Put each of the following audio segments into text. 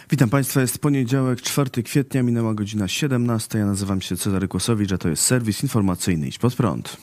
Witam Państwa, jest poniedziałek, 4 kwietnia, minęła godzina 17. Ja nazywam się Cezary Kłosowicz, a to jest serwis informacyjny Idź Pod Prąd.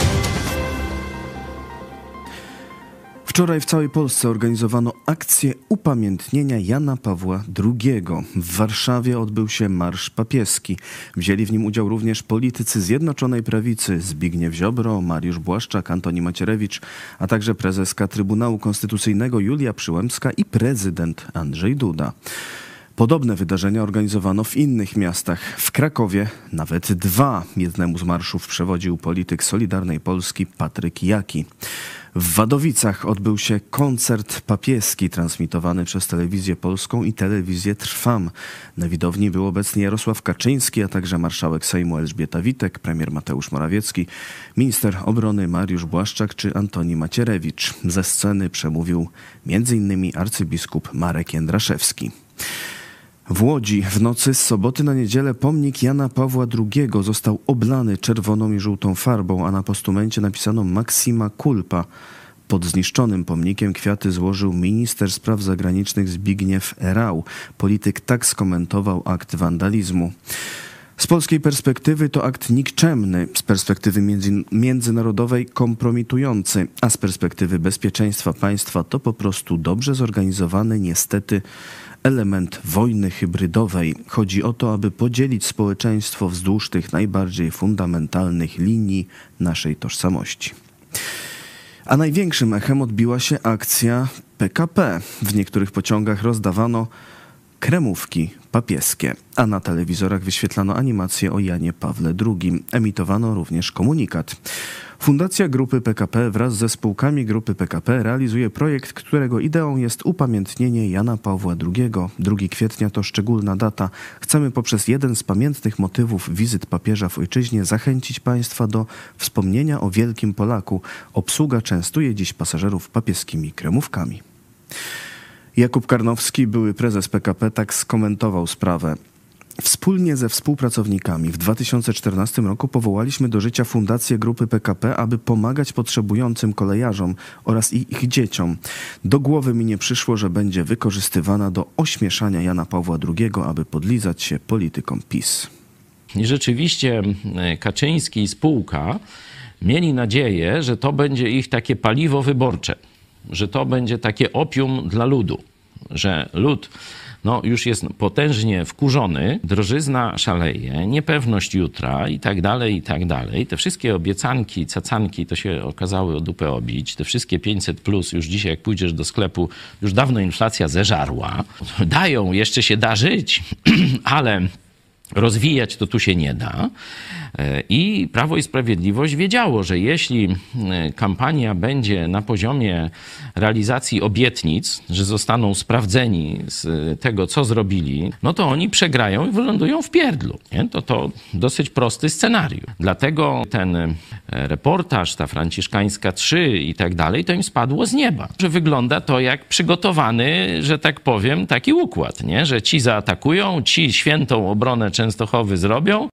Wczoraj w całej Polsce organizowano akcję upamiętnienia Jana Pawła II. W Warszawie odbył się Marsz Papieski. Wzięli w nim udział również politycy Zjednoczonej Prawicy Zbigniew Ziobro, Mariusz Błaszczak, Antoni Macierewicz, a także prezeska Trybunału Konstytucyjnego Julia Przyłębska i prezydent Andrzej Duda. Podobne wydarzenia organizowano w innych miastach. W Krakowie nawet 2. Jednemu z marszów przewodził polityk Solidarnej Polski Patryk Jaki. W Wadowicach odbył się koncert papieski transmitowany przez Telewizję Polską i Telewizję Trwam. Na widowni był obecny Jarosław Kaczyński, a także marszałek Sejmu Elżbieta Witek, premier Mateusz Morawiecki, minister obrony Mariusz Błaszczak czy Antoni Macierewicz. Ze sceny przemówił m.in. arcybiskup Marek Jędraszewski. W Łodzi w nocy z soboty na niedzielę pomnik Jana Pawła II został oblany czerwoną i żółtą farbą, a na postumencie napisano Maxima Culpa. Pod zniszczonym pomnikiem kwiaty złożył minister spraw zagranicznych Zbigniew Rau. Polityk tak skomentował akt wandalizmu. Z polskiej perspektywy to akt nikczemny, z perspektywy międzynarodowej kompromitujący, a z perspektywy bezpieczeństwa państwa to po prostu dobrze zorganizowany, niestety, element wojny hybrydowej. Chodzi o to, aby podzielić społeczeństwo wzdłuż tych najbardziej fundamentalnych linii naszej tożsamości. A największym echem odbiła się akcja PKP. W niektórych pociągach rozdawano kremówki papieskie, a na telewizorach wyświetlano animacje o Janie Pawle II. Emitowano również komunikat. Fundacja Grupy PKP wraz ze spółkami Grupy PKP realizuje projekt, którego ideą jest upamiętnienie Jana Pawła II. 2 kwietnia to szczególna data. Chcemy poprzez jeden z pamiętnych motywów wizyt papieża w ojczyźnie zachęcić Państwa do wspomnienia o wielkim Polaku. Obsługa częstuje dziś pasażerów papieskimi kremówkami. Jakub Karnowski, były prezes PKP, tak skomentował sprawę. Wspólnie ze współpracownikami w 2014 roku powołaliśmy do życia Fundację Grupy PKP, aby pomagać potrzebującym kolejarzom oraz ich dzieciom. Do głowy mi nie przyszło, że będzie wykorzystywana do ośmieszania Jana Pawła II, aby podlizać się politykom PiS. I rzeczywiście Kaczyński i spółka mieli nadzieję, że to będzie ich takie paliwo wyborcze, że to będzie takie opium dla ludu, że lud już jest potężnie wkurzony, drożyzna szaleje, niepewność jutra i tak dalej, i tak dalej. Te wszystkie obiecanki, cacanki to się okazały o dupę obić. Te wszystkie 500+, już dzisiaj jak pójdziesz do sklepu, już dawno inflacja zeżarła. Dają, jeszcze się da żyć, ale rozwijać to tu się nie da. I Prawo i Sprawiedliwość wiedziało, że jeśli kampania będzie na poziomie realizacji obietnic, że zostaną sprawdzeni z tego, co zrobili, no to oni przegrają i wylądują w pierdlu. Nie? To dosyć prosty scenariusz. Dlatego ten reportaż, ta Franciszkańska 3 i tak dalej, to im spadło z nieba. Że wygląda to jak przygotowany, że tak powiem, taki układ, nie? Że ci zaatakują, ci świętą obronę Częstochowy zrobią.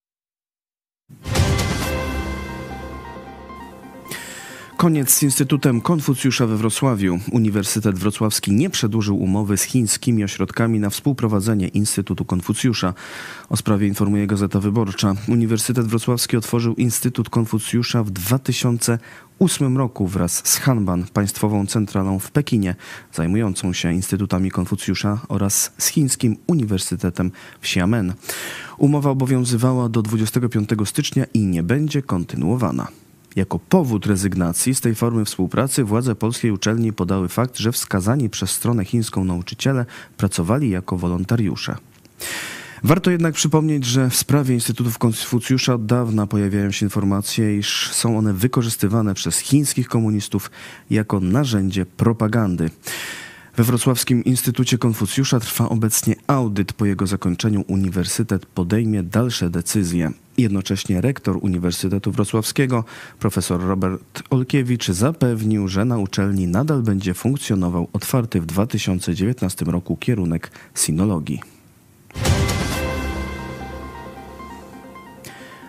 Koniec z Instytutem Konfucjusza we Wrocławiu. Uniwersytet Wrocławski nie przedłużył umowy z chińskimi ośrodkami na współprowadzenie Instytutu Konfucjusza. O sprawie informuje Gazeta Wyborcza. Uniwersytet Wrocławski otworzył Instytut Konfucjusza w 2008 roku wraz z Hanban, państwową centralą w Pekinie, zajmującą się Instytutami Konfucjusza, oraz z chińskim Uniwersytetem w Xiamen. Umowa obowiązywała do 25 stycznia i nie będzie kontynuowana. Jako powód rezygnacji z tej formy współpracy władze polskiej uczelni podały fakt, że wskazani przez stronę chińską nauczyciele pracowali jako wolontariusze. Warto jednak przypomnieć, że w sprawie Instytutów Konfucjusza od dawna pojawiają się informacje, iż są one wykorzystywane przez chińskich komunistów jako narzędzie propagandy. We Wrocławskim Instytucie Konfucjusza trwa obecnie audyt. Po jego zakończeniu uniwersytet podejmie dalsze decyzje. Jednocześnie rektor Uniwersytetu Wrocławskiego, profesor Robert Olkiewicz, zapewnił, że na uczelni nadal będzie funkcjonował otwarty w 2019 roku kierunek sinologii.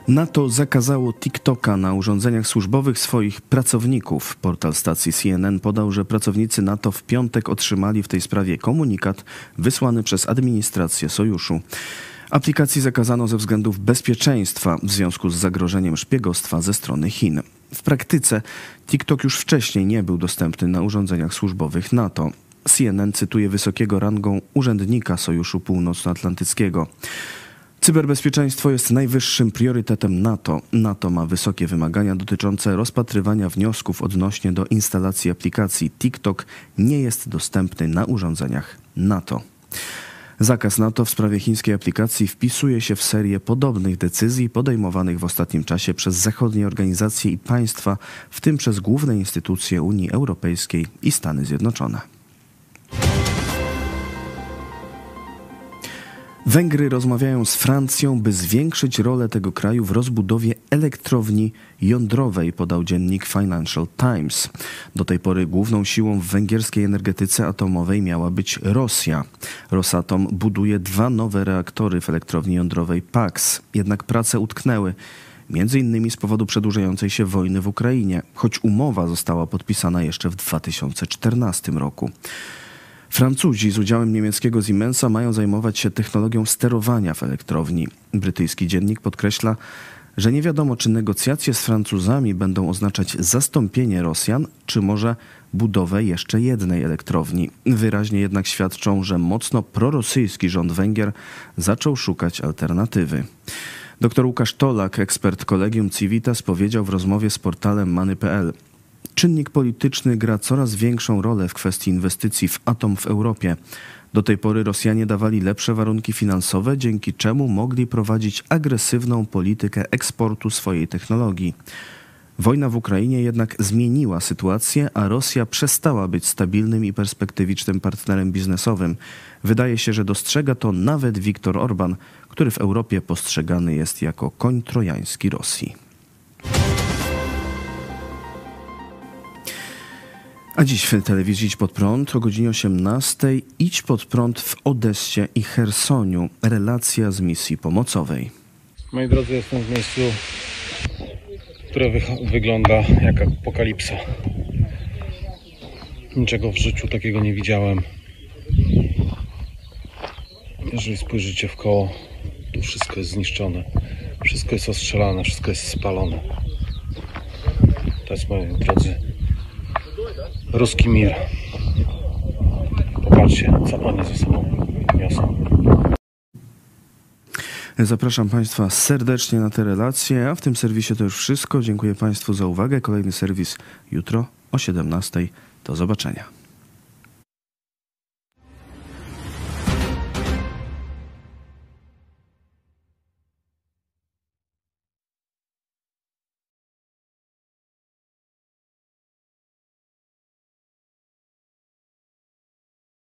NATO zakazało TikToka na urządzeniach służbowych swoich pracowników. Portal stacji CNN podał, że pracownicy NATO w piątek otrzymali w tej sprawie komunikat wysłany przez administrację sojuszu. Aplikacji zakazano ze względów bezpieczeństwa w związku z zagrożeniem szpiegostwa ze strony Chin. W praktyce TikTok już wcześniej nie był dostępny na urządzeniach służbowych NATO. CNN cytuje wysokiego rangą urzędnika Sojuszu Północnoatlantyckiego. Cyberbezpieczeństwo jest najwyższym priorytetem NATO. NATO ma wysokie wymagania dotyczące rozpatrywania wniosków odnośnie do instalacji aplikacji. TikTok nie jest dostępny na urządzeniach NATO. Zakaz NATO w sprawie chińskiej aplikacji wpisuje się w serię podobnych decyzji podejmowanych w ostatnim czasie przez zachodnie organizacje i państwa, w tym przez główne instytucje Unii Europejskiej i Stany Zjednoczone. Węgry rozmawiają z Francją, by zwiększyć rolę tego kraju w rozbudowie elektrowni jądrowej, podał dziennik Financial Times. Do tej pory główną siłą w węgierskiej energetyce atomowej miała być Rosja. Rosatom buduje 2 nowe reaktory w elektrowni jądrowej Paks, jednak prace utknęły, między innymi z powodu przedłużającej się wojny w Ukrainie, choć umowa została podpisana jeszcze w 2014 roku. Francuzi z udziałem niemieckiego Siemensa mają zajmować się technologią sterowania w elektrowni. Brytyjski dziennik podkreśla, że nie wiadomo, czy negocjacje z Francuzami będą oznaczać zastąpienie Rosjan, czy może budowę jeszcze jednej elektrowni. Wyraźnie jednak świadczą, że mocno prorosyjski rząd Węgier zaczął szukać alternatywy. Dr Łukasz Tolak, ekspert Collegium Civitas, powiedział w rozmowie z portalem Many.pl: czynnik polityczny gra coraz większą rolę w kwestii inwestycji w atom w Europie. Do tej pory Rosjanie dawali lepsze warunki finansowe, dzięki czemu mogli prowadzić agresywną politykę eksportu swojej technologii. Wojna w Ukrainie jednak zmieniła sytuację, a Rosja przestała być stabilnym i perspektywicznym partnerem biznesowym. Wydaje się, że dostrzega to nawet Viktor Orban, który w Europie postrzegany jest jako koń trojański Rosji. A dziś w telewizji Idź Pod Prąd o godzinie 18:00 Idź Pod Prąd w Odessie i Chersoniu. Relacja z misji pomocowej. Moi drodzy, jestem w miejscu, które wygląda jak apokalipsa. Niczego w życiu takiego nie widziałem. Jeżeli spojrzycie w koło, to wszystko jest zniszczone. Wszystko jest ostrzelane, wszystko jest spalone. To jest, moi drodzy, ruski mir. Popatrzcie, co oni ze sobą niosą. Zapraszam Państwa serdecznie na te relacje, a w tym serwisie to już wszystko. Dziękuję Państwu za uwagę. Kolejny serwis jutro o 17:00. Do zobaczenia.